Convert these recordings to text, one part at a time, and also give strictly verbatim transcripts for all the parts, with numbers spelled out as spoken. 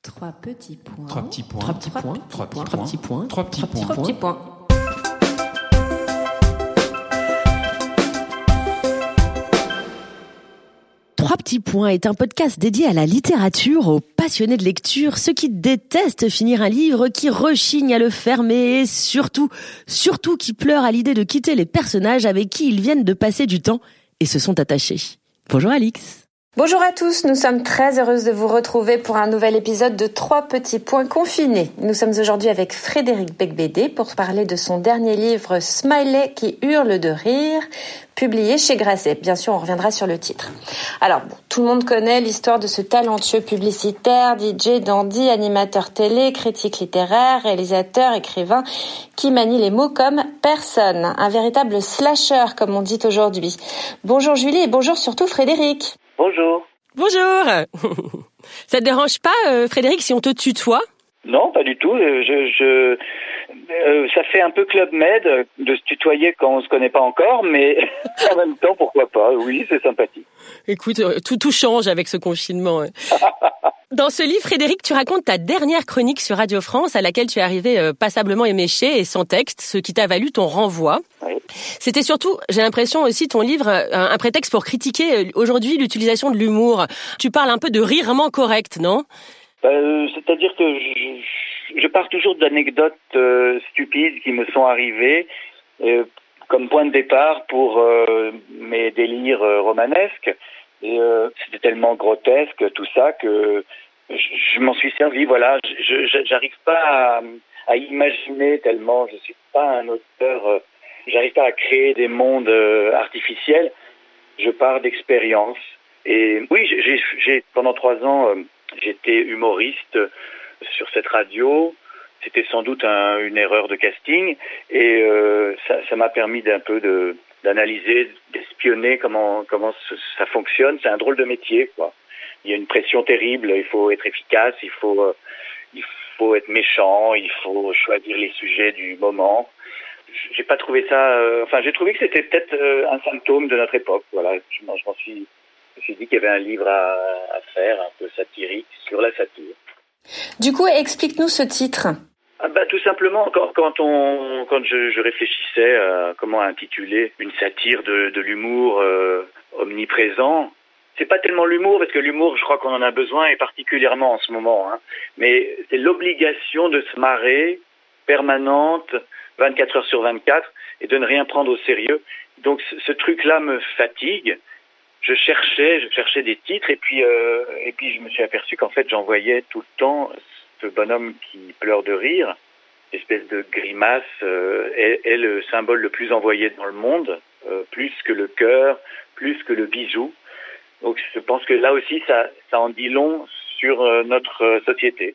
Trois petits points. Trois petits points. Trois petits points. Trois petits Trois petits points. Trois petits points. Trois petits points. Trois petits points est un podcast dédié à la littérature, aux passionnés de lecture, ceux qui détestent finir un livre, qui rechignent à le fermer et surtout, surtout qui pleurent à l'idée de quitter les personnages avec qui ils viennent de passer du temps et se sont attachés. Bonjour Alix. Bonjour à tous, nous sommes très heureuses de vous retrouver pour un nouvel épisode de Trois petits points confinés. Nous sommes aujourd'hui avec Frédéric Beigbeder pour parler de son dernier livre Smiley qui hurle de rire, publié chez Grasset. Bien sûr, on reviendra sur le titre. Alors, bon, tout le monde connaît l'histoire de ce talentueux publicitaire, D J, dandy, animateur télé, critique littéraire, réalisateur, écrivain, qui manie les mots comme personne. Un véritable slasher, comme on dit aujourd'hui. Bonjour Julie et bonjour surtout Frédéric. Bonjour. Bonjour. Ça te dérange pas, euh, Frédéric, si on te tutoie ? Non, pas du tout. Je, je, euh, ça fait un peu Club Med de se tutoyer quand on se connaît pas encore, mais en même temps, pourquoi pas ? Oui, c'est sympathique. Écoute, tout, tout change avec ce confinement. Dans ce livre, Frédéric, tu racontes ta dernière chronique sur Radio France à laquelle tu es arrivé euh, passablement éméché et sans texte, ce qui t'a valu ton renvoi. Oui. C'était surtout, j'ai l'impression aussi, ton livre, un, un prétexte pour critiquer euh, aujourd'hui l'utilisation de l'humour. Tu parles un peu de rirement correct, non ? Euh, c'est-à-dire que je, je pars toujours d'anecdotes euh, stupides qui me sont arrivées euh, comme point de départ pour euh, mes délires euh, romanesques. Et euh, c'était tellement grotesque tout ça que je, je m'en suis servi. Voilà, je, je j'arrive pas à, à imaginer tellement. Je suis pas un auteur. Euh, j'arrive pas à créer des mondes euh, artificiels. Je pars d'expérience. Et oui, j'ai, j'ai pendant trois ans. Euh, J'étais humoriste sur cette radio. C'était sans doute un, une erreur de casting et euh, ça, ça m'a permis d'un peu de d'analyser, d'espionner comment comment ça fonctionne. C'est un drôle de métier, quoi. Il y a une pression terrible. Il faut être efficace. Il faut euh, il faut être méchant. Il faut choisir les sujets du moment. J'ai pas trouvé ça. Euh, enfin, j'ai trouvé que c'était peut-être euh, un symptôme de notre époque. Voilà. Je, je m'en suis. Je me suis dit qu'il y avait un livre à, à faire, un peu satirique, sur la satire. Du coup, explique-nous ce titre. Ah bah, tout simplement, quand, quand, on, quand je, je réfléchissais à comment intituler une satire de, de l'humour euh, omniprésent, c'est pas tellement l'humour, parce que l'humour, je crois qu'on en a besoin, et particulièrement en ce moment, hein, mais c'est l'obligation de se marrer, permanente, vingt-quatre heures sur vingt-quatre, et de ne rien prendre au sérieux. Donc ce, ce truc-là me fatigue. Je cherchais, je cherchais des titres et puis euh, et puis je me suis aperçu qu'en fait j'envoyais tout le temps ce bonhomme qui pleure de rire, espèce de grimace, euh, est, est le symbole le plus envoyé dans le monde, euh, plus que le cœur, plus que le bisou. Donc je pense que là aussi ça ça en dit long sur euh, notre société.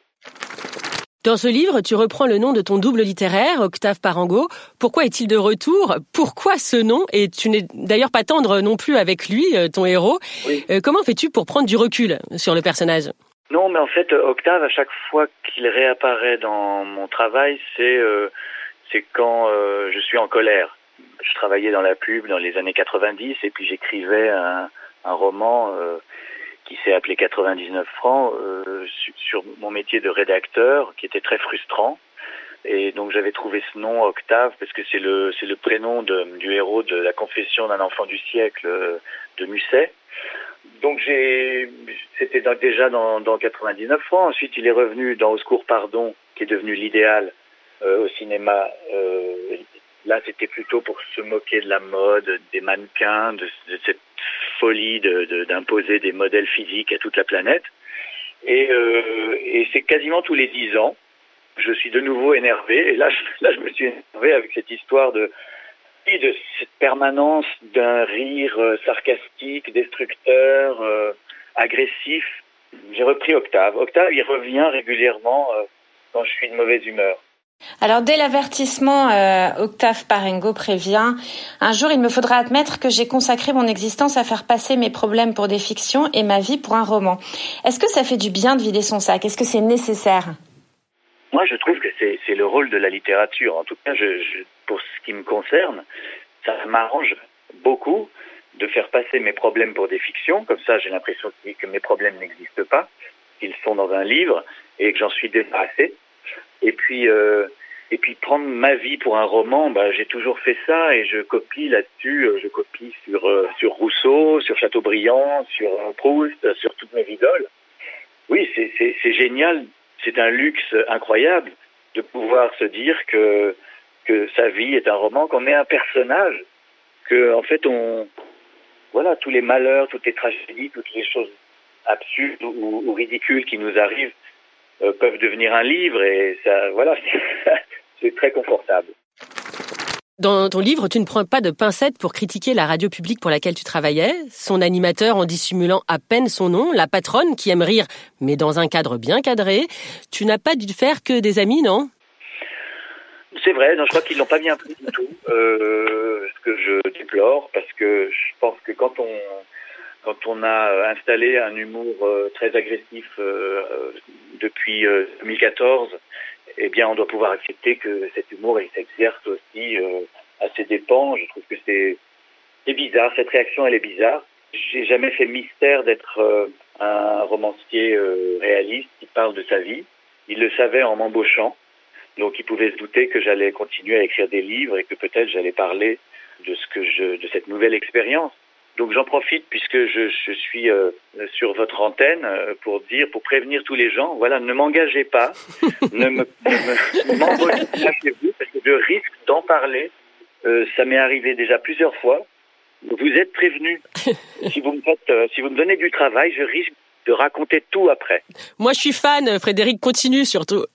Dans ce livre, tu reprends le nom de ton double littéraire, Octave Parengo. Pourquoi est-il de retour ? Pourquoi ce nom ? Et tu n'es d'ailleurs pas tendre non plus avec lui, ton héros. Oui. Euh, comment fais-tu pour prendre du recul sur le personnage ? Non, mais en fait, Octave, à chaque fois qu'il réapparaît dans mon travail, c'est euh, c'est quand euh, je suis en colère. Je travaillais dans la pub dans les années quatre-vingt-dix et puis j'écrivais un, un roman euh, qui s'est appelé quatre-vingt-dix-neuf francs, euh, sur mon métier de rédacteur, qui était très frustrant. Et donc j'avais trouvé ce nom, Octave, parce que c'est le c'est le prénom de, du héros de La confession d'un enfant du siècle euh, de Musset. Donc j'ai c'était donc déjà dans, dans quatre-vingt-dix-neuf francs. Ensuite, il est revenu dans Au secours, pardon, qui est devenu l'idéal euh, au cinéma. Euh, là, c'était plutôt pour se moquer de la mode, des mannequins, de, de cette folie de, de, d'imposer des modèles physiques à toute la planète. Et, euh, et c'est quasiment tous les dix ans, je suis de nouveau énervé. Et là, je, là, je me suis énervé avec cette histoire de, de cette permanence d'un rire sarcastique, destructeur, euh, agressif. J'ai repris Octave. Octave, il revient régulièrement euh, quand je suis de mauvaise humeur. Alors dès l'avertissement, euh, Octave Parengo prévient « Un jour, il me faudra admettre que j'ai consacré mon existence à faire passer mes problèmes pour des fictions et ma vie pour un roman. » Est-ce que ça fait du bien de vider son sac ? Est-ce que c'est nécessaire ? Moi, je trouve que c'est, c'est le rôle de la littérature. En tout cas, je, je, pour ce qui me concerne, ça m'arrange beaucoup de faire passer mes problèmes pour des fictions. Comme ça, j'ai l'impression que mes problèmes n'existent pas, qu'ils sont dans un livre. et que j'en suis débarrassé. Et puis, euh, et puis prendre ma vie pour un roman, bah, j'ai toujours fait ça et je copie là-dessus. Je copie sur euh, sur Rousseau, sur Chateaubriand, sur Proust, sur toutes mes idoles. Oui, c'est, c'est, c'est génial. C'est un luxe incroyable de pouvoir se dire que que sa vie est un roman, qu'on est un personnage, que en fait on voilà tous les malheurs, toutes les tragédies, toutes les choses absurdes ou, ou ridicules qui nous arrivent euh, peuvent devenir un livre et ça voilà c'est très confortable. Dans ton livre, tu ne prends pas de pincettes pour critiquer la radio publique pour laquelle tu travaillais, son animateur en dissimulant à peine son nom, la patronne qui aime rire, mais dans un cadre bien cadré. Tu n'as pas dû faire que des amis, non ? C'est vrai, non, je crois qu'ils l'ont pas bien pris du tout, euh, ce que je déplore, parce que je pense que quand on quand on a installé un humour euh, très agressif euh, depuis euh, deux mille quatorze, eh bien, on doit pouvoir accepter que cet humour, il s'exerce aussi euh, à ses dépens. Je trouve que c'est, c'est bizarre. Cette réaction, elle est bizarre. J'ai jamais fait mystère d'être euh, un romancier euh, réaliste qui parle de sa vie. Il le savait en m'embauchant. Donc, il pouvait se douter que j'allais continuer à écrire des livres et que peut-être j'allais parler de ce que je, de cette nouvelle expérience. Donc, j'en profite puisque je, je suis euh, sur votre antenne euh, pour dire, pour prévenir tous les gens, voilà, ne m'engagez pas, ne me, ne me, m'embauchez pas chez vous parce que je risque d'en parler. Euh, ça m'est arrivé déjà plusieurs fois. Vous êtes prévenus. Si vous me faites, euh, si vous me donnez du travail, je risque de raconter tout après. Moi, je suis fan. Frédéric, continue surtout.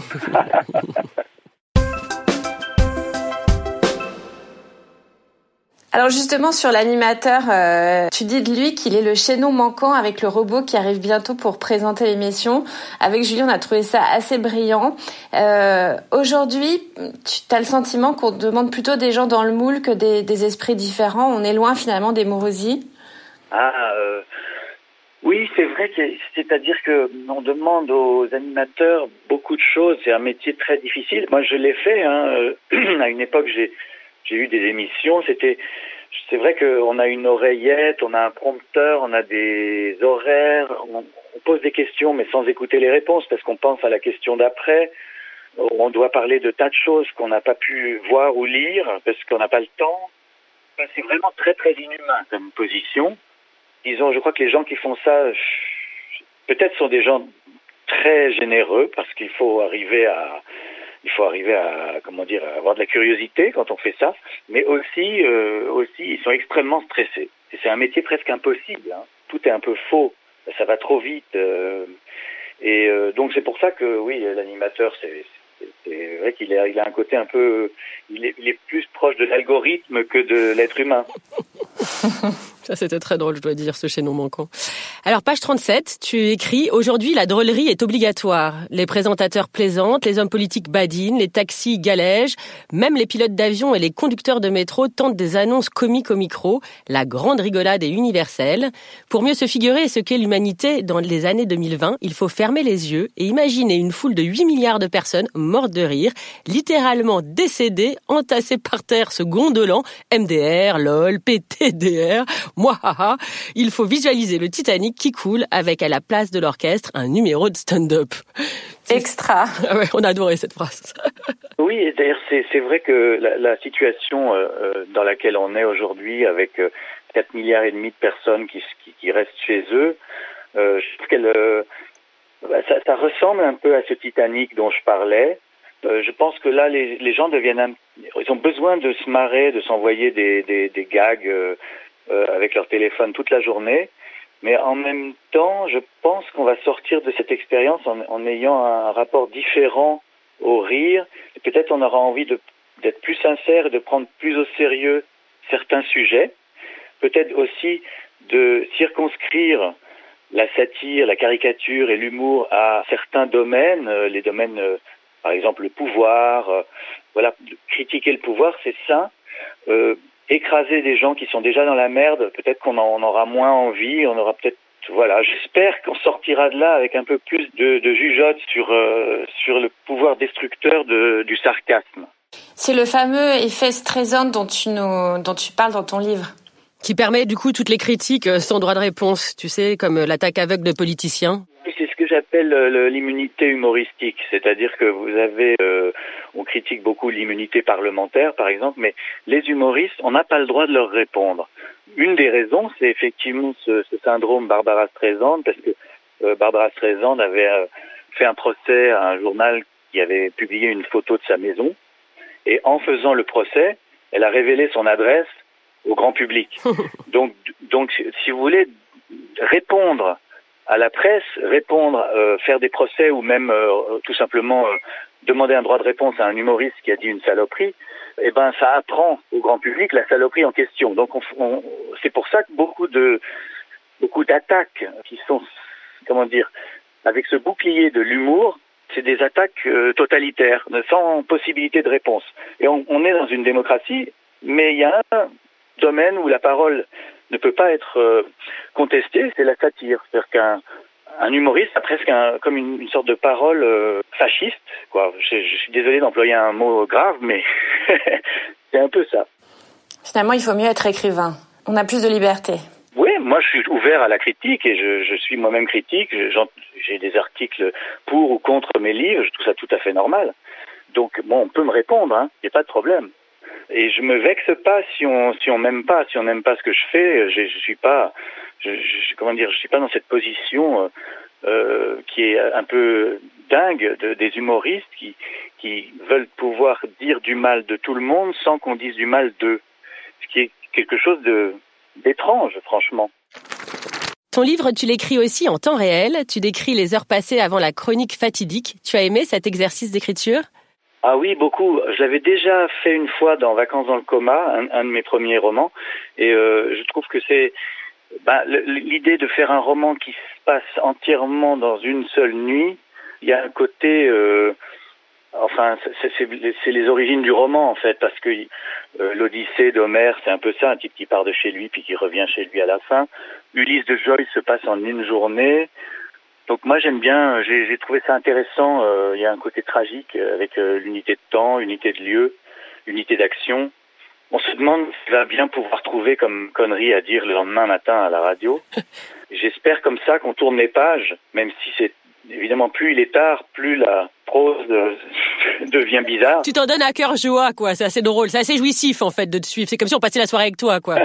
Alors justement sur l'animateur, euh, tu dis de lui qu'il est le chaînon manquant avec le robot qui arrive bientôt pour présenter l'émission. Avec Julie, on a trouvé ça assez brillant. Euh, aujourd'hui, tu as le sentiment qu'on demande plutôt des gens dans le moule que des, des esprits différents. On est loin finalement des Morosi. Ah euh, oui, c'est vrai que c'est-à-dire que on demande aux animateurs beaucoup de choses. C'est un métier très difficile. Moi, je l'ai fait. Hein. À une époque, j'ai J'ai eu des émissions, c'était, c'est vrai qu'on a une oreillette, on a un prompteur, on a des horaires, on, on pose des questions mais sans écouter les réponses parce qu'on pense à la question d'après. On doit parler de tas de choses qu'on n'a pas pu voir ou lire parce qu'on n'a pas le temps. C'est vraiment très très inhumain comme position. Disons, je crois que les gens qui font ça, peut-être sont des gens très généreux parce qu'il faut arriver à Il faut arriver à, comment dire, à avoir de la curiosité quand on fait ça, mais aussi, euh, aussi, ils sont extrêmement stressés. Et c'est un métier presque impossible. Hein. Tout est un peu faux, ça va trop vite. Euh, et euh, donc c'est pour ça que oui, l'animateur, c'est, c'est, c'est vrai qu'il a, il a un côté un peu, il est, il est plus proche de l'algorithme que de l'être humain. Ça, c'était très drôle, je dois dire, ce chaînon manquant. Alors, page trente-sept, tu écris « Aujourd'hui, la drôlerie est obligatoire. Les présentateurs plaisantent, les hommes politiques badinent, les taxis galègent, même les pilotes d'avion et les conducteurs de métro tentent des annonces comiques au micro. La grande rigolade est universelle. Pour mieux se figurer ce qu'est l'humanité dans les années deux mille vingt, il faut fermer les yeux et imaginer une foule de huit milliards de personnes mortes de rire, littéralement décédées, entassées par terre, se gondolant, M D R, LOL, P T D R... Mouahaha, il faut visualiser le Titanic qui coule avec à la place de l'orchestre un numéro de stand-up. C'est... Extra. Ah ouais, on a adoré cette phrase. Oui, et d'ailleurs c'est, c'est vrai que la, la situation euh, dans laquelle on est aujourd'hui avec euh, quatre milliards et demi de personnes qui, qui, qui restent chez eux, euh, je trouve qu'elle, euh, ça, ça ressemble un peu à ce Titanic dont je parlais. Euh, je pense que là les, les gens deviennent, un, ils ont besoin de se marrer, de s'envoyer des, des, des gags. Euh, Euh, avec leur téléphone toute la journée, mais en même temps, je pense qu'on va sortir de cette expérience en, en ayant un rapport différent au rire. Et peut-être on aura envie de, d'être plus sincère et de prendre plus au sérieux certains sujets. Peut-être aussi de circonscrire la satire, la caricature et l'humour à certains domaines, euh, les domaines, euh, par exemple le pouvoir. Euh, voilà, critiquer le pouvoir, c'est sain. Euh, écraser des gens qui sont déjà dans la merde, peut-être qu'on en aura moins envie, on aura peut-être, voilà, j'espère qu'on sortira de là avec un peu plus de, de jugeote sur, euh, sur le pouvoir destructeur de, du sarcasme. C'est le fameux effet Streisand dont tu nous, dont tu parles dans ton livre. Qui permet du coup toutes les critiques sans droit de réponse, tu sais, comme l'attaque aveugle de politiciens. C'est ce que j'appelle le, l'immunité humoristique, c'est-à-dire que vous avez, euh, on critique beaucoup l'immunité parlementaire, par exemple, mais les humoristes, on n'a pas le droit de leur répondre. Une des raisons, c'est effectivement ce, ce syndrome Barbara Streisand, parce que euh, Barbara Streisand avait euh, fait un procès à un journal qui avait publié une photo de sa maison, et en faisant le procès, elle a révélé son adresse au grand public. Donc, donc, si vous voulez répondre à la presse, répondre, euh, faire des procès ou même euh, tout simplement euh, demander un droit de réponse à un humoriste qui a dit une saloperie, eh ben ça apprend au grand public la saloperie en question. Donc on, on, c'est pour ça que beaucoup de beaucoup d'attaques qui sont, comment dire, avec ce bouclier de l'humour, c'est des attaques euh, totalitaires, sans possibilité de réponse. Et on, on est dans une démocratie, mais il y a un domaine où la parole ne peut pas être euh, contestée, c'est la satire. C'est-à-dire qu'un un humoriste a presque un, comme une, une sorte de parole euh, fasciste, quoi. Je, je suis désolé d'employer un mot grave, mais c'est un peu ça. Finalement, il faut mieux être écrivain. On a plus de liberté. Oui, moi je suis ouvert à la critique et je, je suis moi-même critique. J'ai des articles pour ou contre mes livres, je trouve ça tout à fait normal. Donc bon, on peut me répondre, hein, il n'y a pas de problème. Et je me vexe pas si on si on m'aime pas, si on n'aime pas ce que je fais. Je, je suis pas, je, je, comment dire, je suis pas dans cette position euh, qui est un peu dingue de, des humoristes qui qui veulent pouvoir dire du mal de tout le monde sans qu'on dise du mal d'eux, ce qui est quelque chose de d'étrange, franchement. Ton livre, tu l'écris aussi en temps réel. Tu décris les heures passées avant la chronique fatidique. Tu as aimé cet exercice d'écriture ? Ah oui, beaucoup. Je l'avais déjà fait une fois dans Vacances dans le coma, un, un de mes premiers romans, et euh, je trouve que c'est ben, l'idée de faire un roman qui se passe entièrement dans une seule nuit. Il y a un côté, euh, enfin, c'est, c'est, c'est les origines du roman en fait, parce que euh, l'Odyssée d'Homère, c'est un peu ça, un type qui part de chez lui puis qui revient chez lui à la fin. Ulysse de Joyce se passe en une journée. Donc moi j'aime bien, j'ai, j'ai trouvé ça intéressant, euh, il y a un côté tragique avec euh, l'unité de temps, unité de lieu, unité d'action. On se demande s'il va bien pouvoir trouver comme connerie à dire le lendemain matin à la radio. J'espère comme ça qu'on tourne les pages, même si c'est évidemment plus il est tard, plus la prose euh, devient bizarre. Tu t'en donnes à cœur joie, quoi, c'est assez drôle, c'est assez jouissif en fait de te suivre, c'est comme si on passait la soirée avec toi, quoi.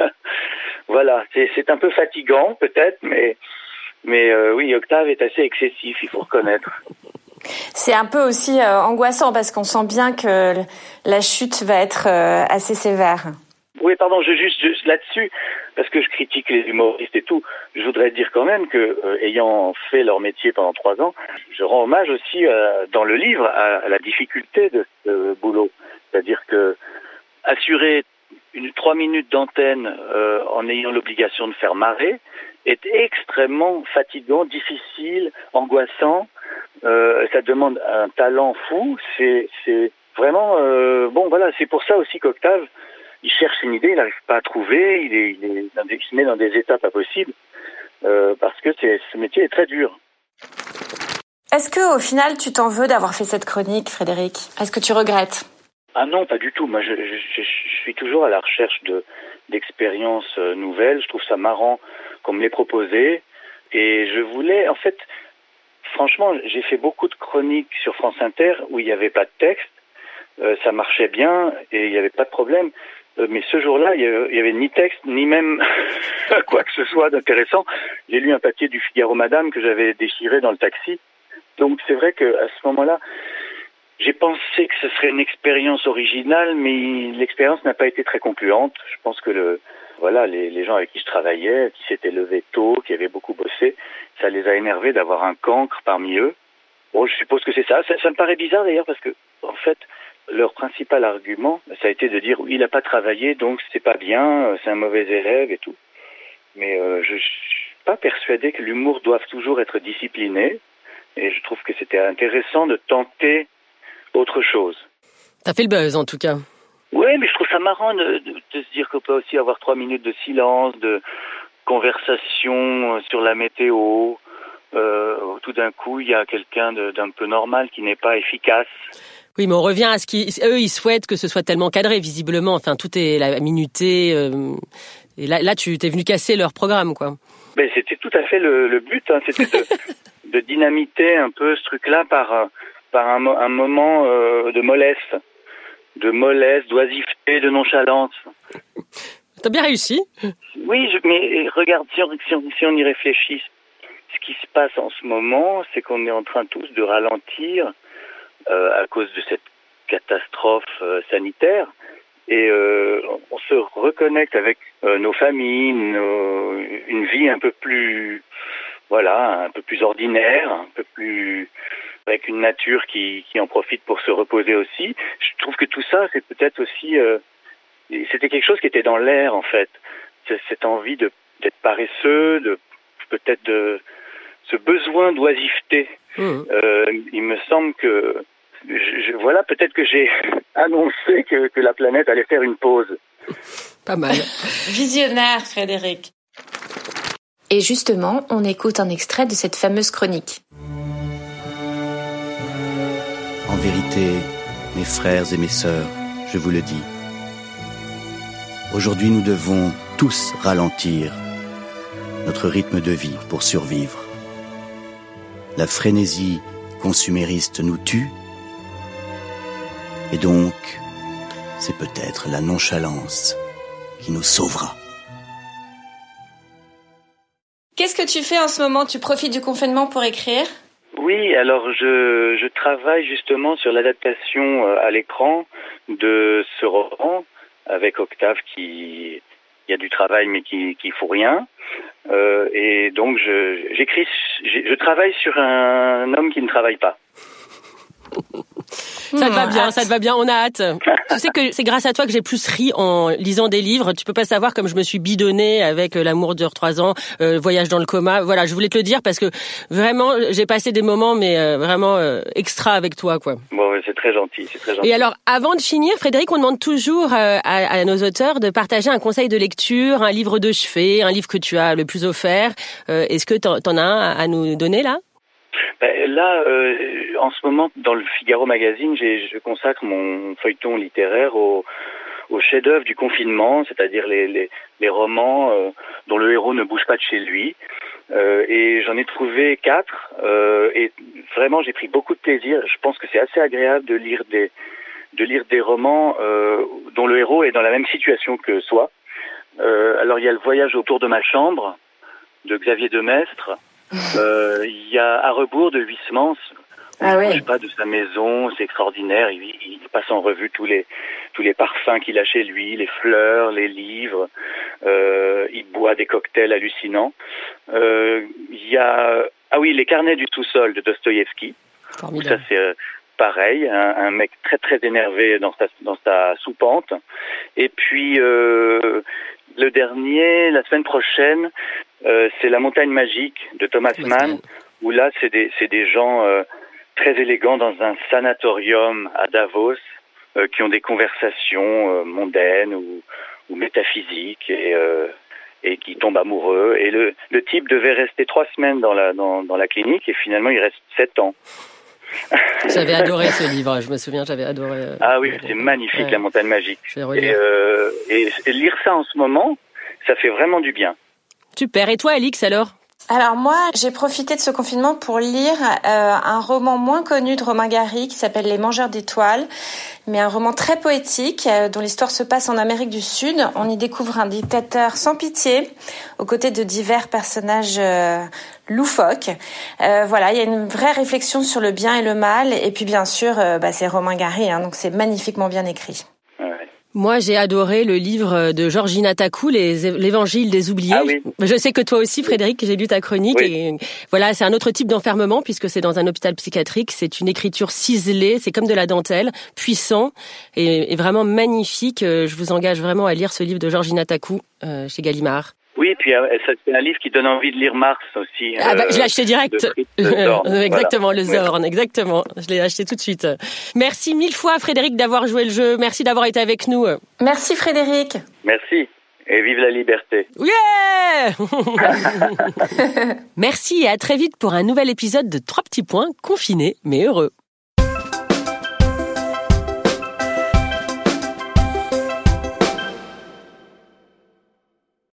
Voilà, c'est, c'est un peu fatigant peut-être, mais... Mais euh, oui, Octave est assez excessif, il faut reconnaître. C'est un peu aussi euh, angoissant parce qu'on sent bien que la chute va être euh, assez sévère. Oui, pardon, je juste, juste là-dessus, parce que je critique les humoristes et tout, je voudrais dire quand même que, euh, ayant fait leur métier pendant trois ans, je rends hommage aussi euh, dans le livre à, à la difficulté de ce boulot. C'est-à-dire que assurer une trois minutes d'antenne euh, en ayant l'obligation de faire marrer est extrêmement fatigant, difficile, angoissant. Euh, ça demande un talent fou. C'est, c'est vraiment euh, bon. Voilà, c'est pour ça aussi qu'Octave, il cherche une idée, il n'arrive pas à trouver, il, est, il, est dans des, il se met dans des états pas possibles euh, parce que c'est, ce métier est très dur. Est-ce que au final, tu t'en veux d'avoir fait cette chronique, Frédéric ? Est-ce que tu regrettes ? Ah non, pas du tout. Moi, je, je, je, je suis toujours à la recherche de d'expériences nouvelles. Je trouve ça marrant qu'on me l'ait proposé. Et je voulais, en fait, franchement, j'ai fait beaucoup de chroniques sur France Inter où il n'y avait pas de texte. Euh, ça marchait bien et il n'y avait pas de problème. Euh, mais ce jour-là, il n'y avait ni texte, ni même quoi que ce soit d'intéressant. J'ai lu un papier du Figaro Madame que j'avais déchiré dans le taxi. Donc c'est vrai qu'à ce moment-là, j'ai pensé que ce serait une expérience originale, mais l'expérience n'a pas été très concluante. Je pense que le, voilà, les, les gens avec qui je travaillais, qui s'étaient levés tôt, qui avaient beaucoup bossé, ça les a énervés d'avoir un cancre parmi eux. Bon, je suppose que c'est ça. ça. Ça me paraît bizarre d'ailleurs parce que, en fait, leur principal argument, ça a été de dire, oui, il n'a pas travaillé, donc c'est pas bien, c'est un mauvais élève et tout. Mais euh, je suis pas persuadé que l'humour doive toujours être discipliné. Et je trouve que c'était intéressant de tenter autre chose. T'as fait le buzz en tout cas. Oui, mais je trouve ça marrant de, de, de se dire qu'on peut aussi avoir trois minutes de silence, de conversation sur la météo. Euh, tout d'un coup, il y a quelqu'un de, d'un peu normal qui n'est pas efficace. Oui, mais on revient à ce qu'ils, eux, ils souhaitent que ce soit tellement cadré, visiblement. Enfin, tout est la minuté. Euh, et là, là, tu t'es venu casser leur programme, quoi. Ben, c'était tout à fait le, le but. Hein. C'était de, de dynamiter un peu ce truc-là par, par un, un moment euh, de mollesse, de mollesse, d'oisiveté, de nonchalance. T'as bien réussi. Oui, je, mais regarde, si on, si, on, si on y réfléchit, ce qui se passe en ce moment, c'est qu'on est en train tous de ralentir euh, à cause de cette catastrophe euh, sanitaire. Et euh, on se reconnecte avec euh, nos familles, nos, une vie un peu plus, voilà, un peu plus ordinaire, un peu plus avec une nature qui, qui en profite pour se reposer aussi. Je trouve que tout ça, c'est peut-être aussi, euh, c'était quelque chose qui était dans l'air en fait. C'est, cette envie de d'être paresseux, de peut-être de ce besoin d'oisiveté. Mmh. Euh, il me semble que Je, je, voilà, peut-être que j'ai annoncé que, que la planète allait faire une pause. Pas mal. Visionnaire, Frédéric. Et justement, on écoute un extrait de cette fameuse chronique. En vérité, mes frères et mes sœurs, je vous le dis, aujourd'hui nous devons tous ralentir notre rythme de vie pour survivre. La frénésie consumériste nous tue. Et donc, c'est peut-être la nonchalance qui nous sauvera. Qu'est-ce que tu fais en ce moment ? Tu profites du confinement pour écrire ? Oui, alors je, je travaille justement sur l'adaptation à l'écran de ce roman avec Octave qui... Il y a du travail mais qui qui fout rien. Euh, et donc, je, j'écris... Je travaille sur un homme qui ne travaille pas. Ça te va bien, ça te va bien, on a hâte. Tu sais que c'est grâce à toi que j'ai plus ri en lisant des livres. Tu peux pas savoir comme je me suis bidonnée avec L'amour dure trois ans, euh, Voyage dans le coma. Voilà, je voulais te le dire parce que vraiment, j'ai passé des moments mais euh, vraiment euh, extra avec toi, quoi. Bon, c'est très gentil, c'est très gentil. Et alors, avant de finir, Frédéric, on demande toujours euh, à, à nos auteurs de partager un conseil de lecture, un livre de chevet, un livre que tu as le plus offert. Euh, est-ce que t'en, t'en as un à nous donner là ? Ben, là, euh, en ce moment, dans le Figaro Magazine, j'ai, je consacre mon feuilleton littéraire au, au chef-d'œuvre du confinement, c'est-à-dire les, les, les romans euh, dont le héros ne bouge pas de chez lui. Euh, et j'en ai trouvé quatre. Euh, et vraiment, j'ai pris beaucoup de plaisir. Je pense que c'est assez agréable de lire des, de lire des romans euh, dont le héros est dans la même situation que soi. Euh, alors, il y a Le voyage autour de ma chambre de Xavier Demestre. Euh, il y a À rebours de Huysmans. Ah oui. Il ne bouge pas de sa maison, c'est extraordinaire. Il, il passe en revue tous les tous les parfums qu'il a chez lui, les fleurs, les livres. Euh, il boit des cocktails hallucinants. Euh, il y a ah oui, Les carnets du tout-sol de Dostoïevski. Ça c'est euh, pareil, un, un mec très très énervé dans sa dans sa soupente. Et puis euh, le dernier, la semaine prochaine, euh, c'est La montagne magique de Thomas Mann, où là c'est des c'est des gens euh, très élégants dans un sanatorium à Davos, euh, qui ont des conversations euh, mondaines ou, ou métaphysiques et, euh, et qui tombent amoureux. Et le, le type devait rester trois semaines dans la, dans, dans la clinique et finalement il reste sept ans. J'avais adoré ce livre, je me souviens, j'avais adoré. Euh, ah oui, c'est magnifique, ouais. La montagne magique. Et, euh, et, et lire ça en ce moment, ça fait vraiment du bien. Super. Et toi, Alix, alors ? Alors moi, j'ai profité de ce confinement pour lire euh, un roman moins connu de Romain Gary qui s'appelle Les Mangeurs d'étoiles, mais un roman très poétique euh, dont l'histoire se passe en Amérique du Sud. On y découvre un dictateur sans pitié aux côtés de divers personnages euh, loufoques. Euh, voilà, il y a une vraie réflexion sur le bien et le mal. Et puis bien sûr, euh, bah, c'est Romain Gary, hein, donc c'est magnifiquement bien écrit. Moi, j'ai adoré le livre de Georgina Tacou, les, l'Évangile des oubliés. Ah oui. Je sais que toi aussi, Frédéric, j'ai lu ta chronique. Oui. Et voilà, c'est un autre type d'enfermement puisque c'est dans un hôpital psychiatrique. C'est une écriture ciselée, c'est comme de la dentelle, puissant et, et vraiment magnifique. Je vous engage vraiment à lire ce livre de Georgina Tacou euh, chez Gallimard. Oui, puis c'est un livre qui donne envie de lire Mars aussi. Ah bah, je l'ai acheté direct. Exactement, voilà. Le Zorn, oui. Exactement. Je l'ai acheté tout de suite. Merci mille fois, Frédéric, d'avoir joué le jeu. Merci d'avoir été avec nous. Merci, Frédéric. Merci. Et vive la liberté. Yeah. Merci et à très vite pour un nouvel épisode de Trois petits points, confinés mais heureux.